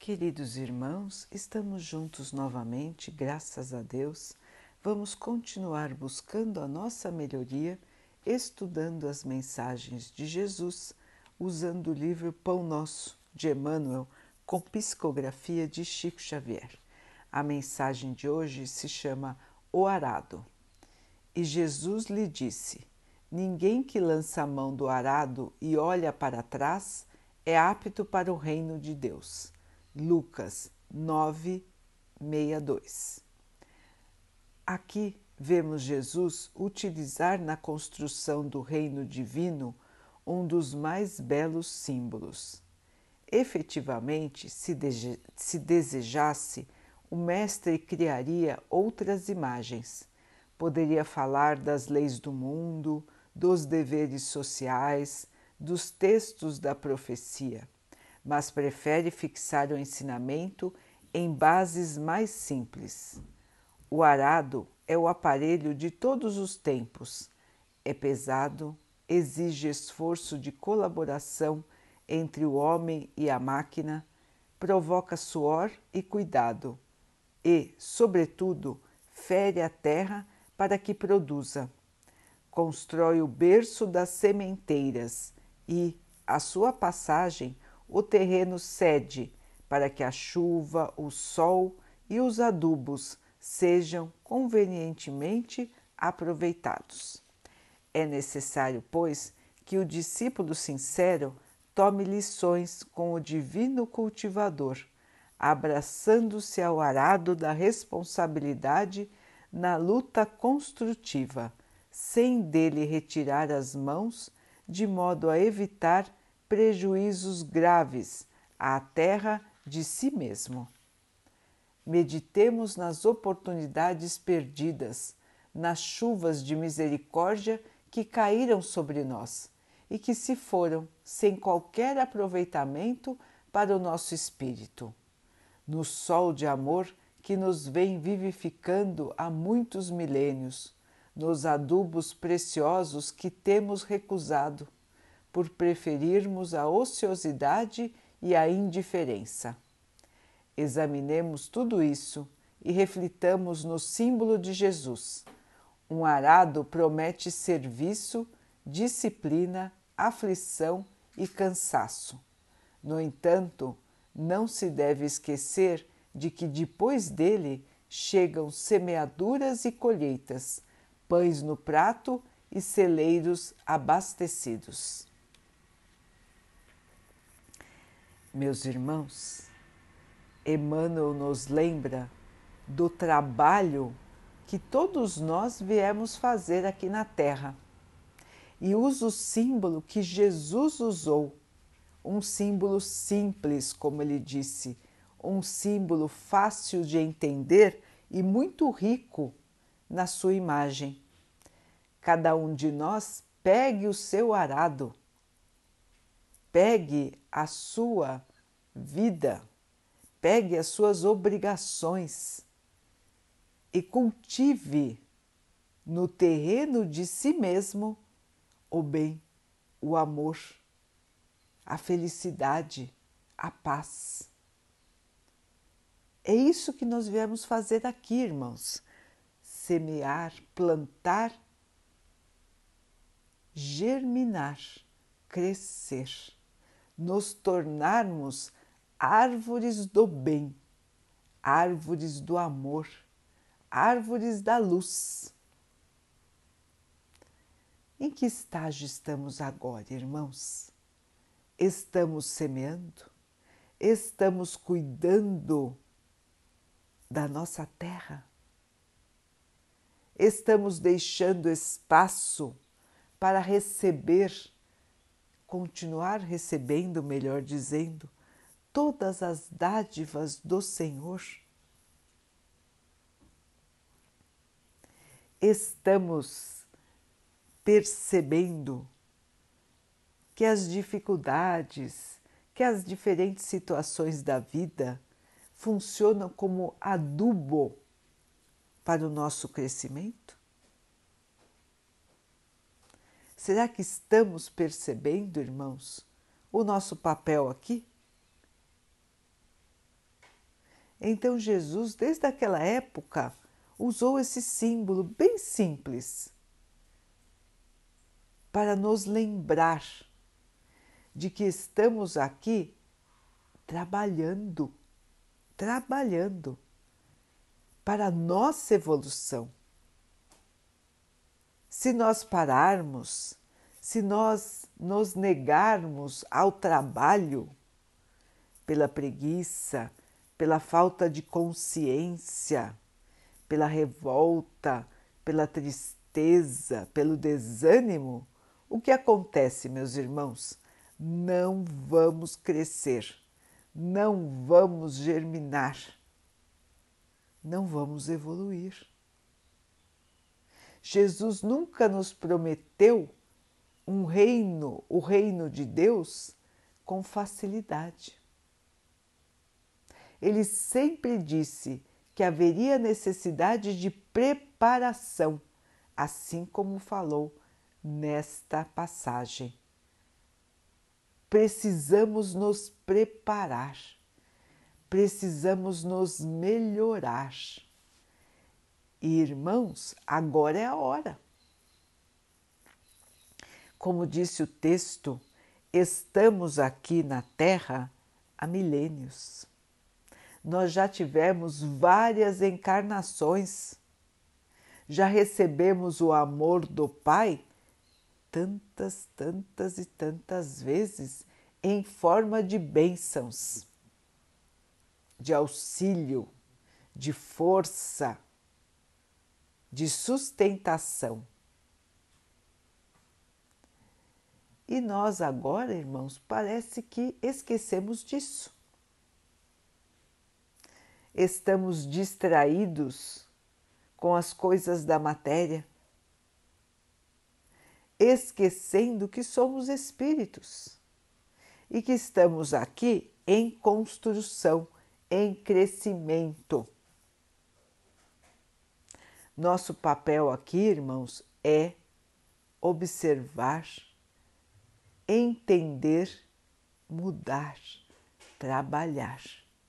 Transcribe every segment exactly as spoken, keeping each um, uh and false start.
Queridos irmãos, estamos juntos novamente, graças a Deus. Vamos continuar buscando a nossa melhoria, estudando as mensagens de Jesus, usando o livro Pão Nosso, de Emmanuel, com psicografia de Chico Xavier. A mensagem de hoje se chama O Arado. E Jesus lhe disse: ninguém que lança a mão do arado e olha para trás é apto para o reino de Deus. Lucas nove, sessenta e dois. Aqui vemos Jesus utilizar na construção do reino divino um dos mais belos símbolos. Efetivamente, se, de se desejasse, o mestre criaria outras imagens. Poderia falar das leis do mundo, dos deveres sociais, dos textos da profecia, mas prefere fixar o ensinamento em bases mais simples. O arado é o aparelho de todos os tempos. É pesado, exige esforço de colaboração entre o homem e a máquina, provoca suor e cuidado e, sobretudo, fere a terra para que produza. Constrói o berço das sementeiras e, à sua passagem, o terreno cede para que a chuva, o sol e os adubos sejam convenientemente aproveitados. É necessário, pois, que o discípulo sincero tome lições com o divino cultivador, abraçando-se ao arado da responsabilidade na luta construtiva, sem dele retirar as mãos, de modo a evitar prejuízos graves à terra de si mesmo. Meditemos nas oportunidades perdidas, nas chuvas de misericórdia que caíram sobre nós e que se foram sem qualquer aproveitamento para o nosso espírito. No sol de amor que nos vem vivificando há muitos milênios, nos adubos preciosos que temos recusado, por preferirmos a ociosidade e a indiferença. Examinemos tudo isso e reflitamos no símbolo de Jesus. Um arado promete serviço, disciplina, aflição e cansaço. No entanto, não se deve esquecer de que depois dele chegam semeaduras e colheitas, pães no prato e celeiros abastecidos. Meus irmãos, Emmanuel nos lembra do trabalho que todos nós viemos fazer aqui na Terra e usa o símbolo que Jesus usou, um símbolo simples, como ele disse, um símbolo fácil de entender e muito rico na sua imagem. Cada um de nós pegue o seu arado, pegue a sua vida, pegue as suas obrigações e cultive no terreno de si mesmo o bem, o amor, a felicidade, a paz. É isso que nós viemos fazer aqui, irmãos. Semear, plantar, germinar, crescer, nos tornarmos árvores do bem, árvores do amor, árvores da luz. Em que estágio estamos agora, irmãos? Estamos semeando? Estamos cuidando da nossa terra? Estamos deixando espaço para receber, continuar recebendo, melhor dizendo, todas as dádivas do Senhor? Estamos percebendo que as dificuldades, que as diferentes situações da vida funcionam como adubo para o nosso crescimento? Será que estamos percebendo, irmãos, o nosso papel aqui? Então Jesus, desde aquela época, usou esse símbolo bem simples para nos lembrar de que estamos aqui trabalhando, trabalhando para a nossa evolução. Se nós pararmos, se nós nos negarmos ao trabalho pela preguiça, pela falta de consciência, pela revolta, pela tristeza, pelo desânimo, o que acontece, meus irmãos? Não vamos crescer, não vamos germinar, não vamos evoluir. Jesus nunca nos prometeu um reino, o reino de Deus, com facilidade. Ele sempre disse que haveria necessidade de preparação, assim como falou nesta passagem. Precisamos nos preparar, precisamos nos melhorar. E, irmãos, agora é a hora. Como disse o texto, estamos aqui na Terra há milênios. Nós já tivemos várias encarnações, já recebemos o amor do Pai tantas, tantas e tantas vezes em forma de bênçãos, de auxílio, de força, de sustentação. E nós agora, irmãos, parece que esquecemos disso. Estamos distraídos com as coisas da matéria, esquecendo que somos espíritos e que estamos aqui em construção, em crescimento. Nosso papel aqui, irmãos, é observar, entender, mudar, trabalhar.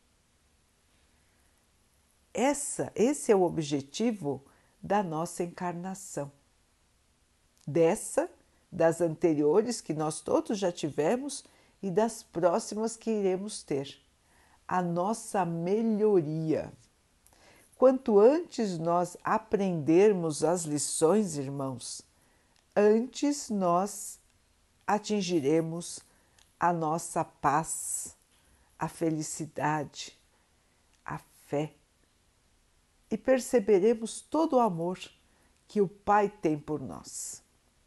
Essa, esse é o objetivo da nossa encarnação. Dessa, das anteriores que nós todos já tivemos e das próximas que iremos ter. A nossa melhoria. Quanto antes nós aprendermos as lições, irmãos, antes nós atingiremos a nossa paz, a felicidade, a fé. E perceberemos todo o amor que o Pai tem por nós.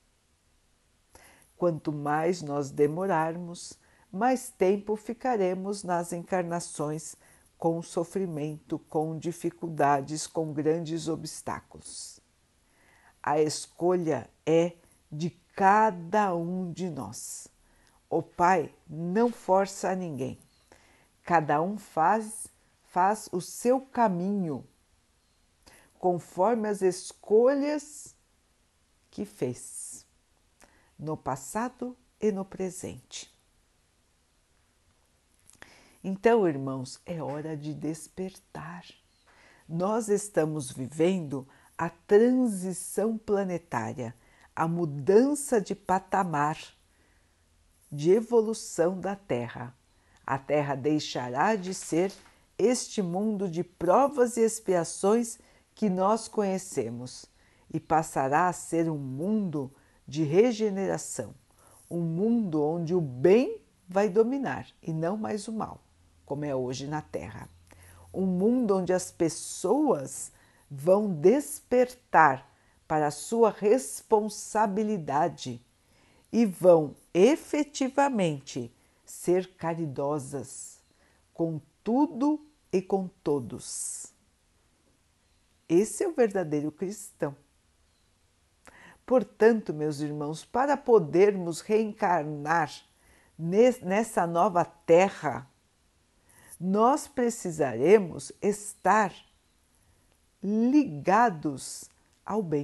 Quanto mais nós demorarmos, mais tempo ficaremos nas encarnações com sofrimento, com dificuldades, com grandes obstáculos. A escolha é de cada um de nós. O Pai não força a ninguém. Cada um faz, faz o seu caminho, conforme as escolhas que fez, no passado e no presente. Então, irmãos, é hora de despertar. Nós estamos vivendo a transição planetária, a mudança de patamar, de evolução da Terra. A Terra deixará de ser este mundo de provas e expiações que nós conhecemos e passará a ser um mundo de regeneração, um mundo onde o bem vai dominar e não mais o mal, como é hoje na Terra. Um mundo onde as pessoas vão despertar para a sua responsabilidade e vão efetivamente ser caridosas com tudo e com todos. Esse é o verdadeiro cristão. Portanto, meus irmãos, para podermos reencarnar nessa nova terra, nós precisaremos estar ligados ao bem.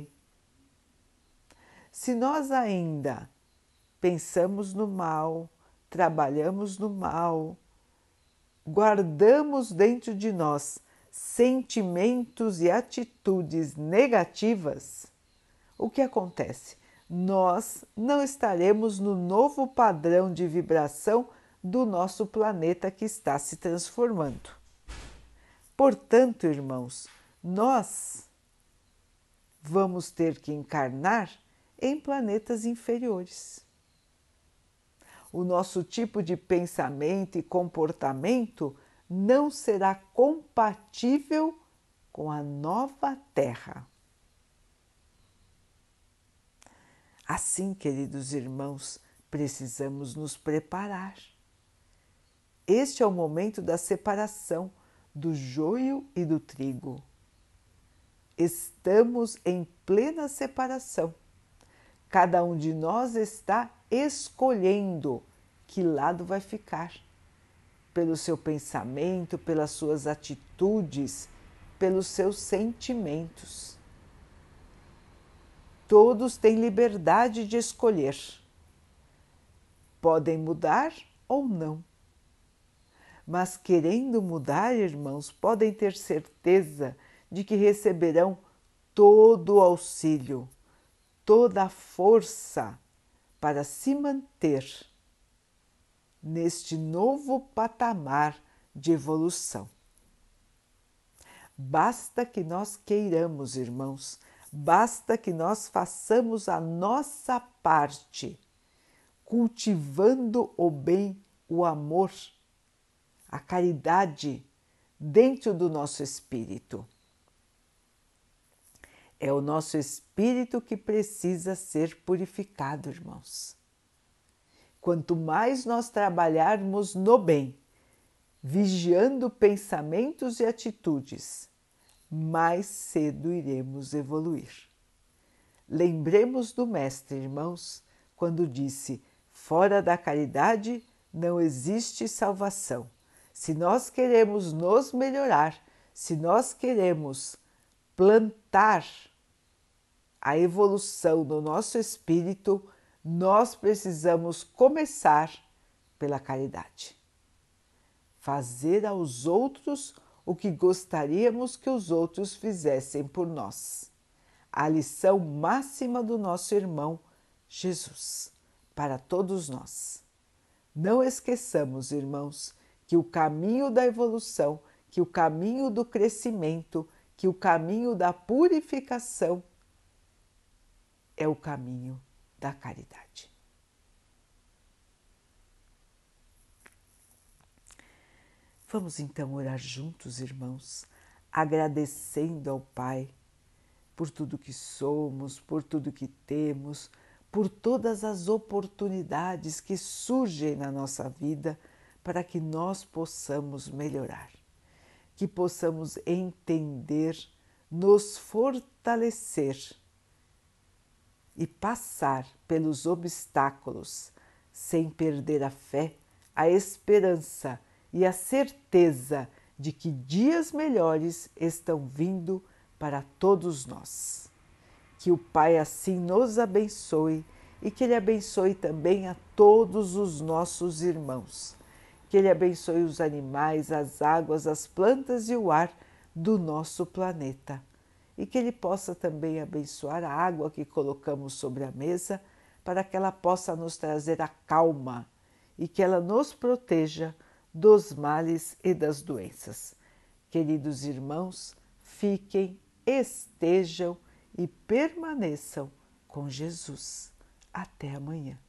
Se nós ainda pensamos no mal, trabalhamos no mal, guardamos dentro de nós sentimentos e atitudes negativas, o que acontece? Nós não estaremos no novo padrão de vibração do nosso planeta que está se transformando. Portanto, irmãos, nós vamos ter que encarnar em planetas inferiores. O nosso tipo de pensamento e comportamento não será compatível com a nova Terra. Assim, queridos irmãos, precisamos nos preparar. Este é o momento da separação do joio e do trigo. Estamos em plena separação. Cada um de nós está escolhendo que lado vai ficar, pelo seu pensamento, pelas suas atitudes, pelos seus sentimentos. Todos têm liberdade de escolher. Podem mudar ou não. Mas querendo mudar, irmãos, podem ter certeza de que receberão todo o auxílio, toda a força para se manter neste novo patamar de evolução. Basta que nós queiramos, irmãos, basta que nós façamos a nossa parte, cultivando o bem, o amor, a caridade dentro do nosso espírito. É o nosso espírito que precisa ser purificado, irmãos. Quanto mais nós trabalharmos no bem, vigiando pensamentos e atitudes, mais cedo iremos evoluir. Lembremos do Mestre, irmãos, quando disse: fora da caridade não existe salvação. Se nós queremos nos melhorar, se nós queremos plantar a evolução do nosso espírito, nós precisamos começar pela caridade. Fazer aos outros o que gostaríamos que os outros fizessem por nós. A lição máxima do nosso irmão Jesus, para todos nós. Não esqueçamos, irmãos, que o caminho da evolução, que o caminho do crescimento, que o caminho da purificação é o caminho da caridade. Vamos então orar juntos, irmãos, agradecendo ao Pai por tudo que somos, por tudo que temos, por todas as oportunidades que surgem na nossa vida para que nós possamos melhorar, que possamos entender, nos fortalecer e passar pelos obstáculos sem perder a fé, a esperança e a certeza de que dias melhores estão vindo para todos nós. Que o Pai assim nos abençoe e que Ele abençoe também a todos os nossos irmãos. Que Ele abençoe os animais, as águas, as plantas e o ar do nosso planeta. E que Ele possa também abençoar a água que colocamos sobre a mesa para que ela possa nos trazer a calma e que ela nos proteja dos males e das doenças. Queridos irmãos, fiquem, estejam e permaneçam com Jesus. Até amanhã.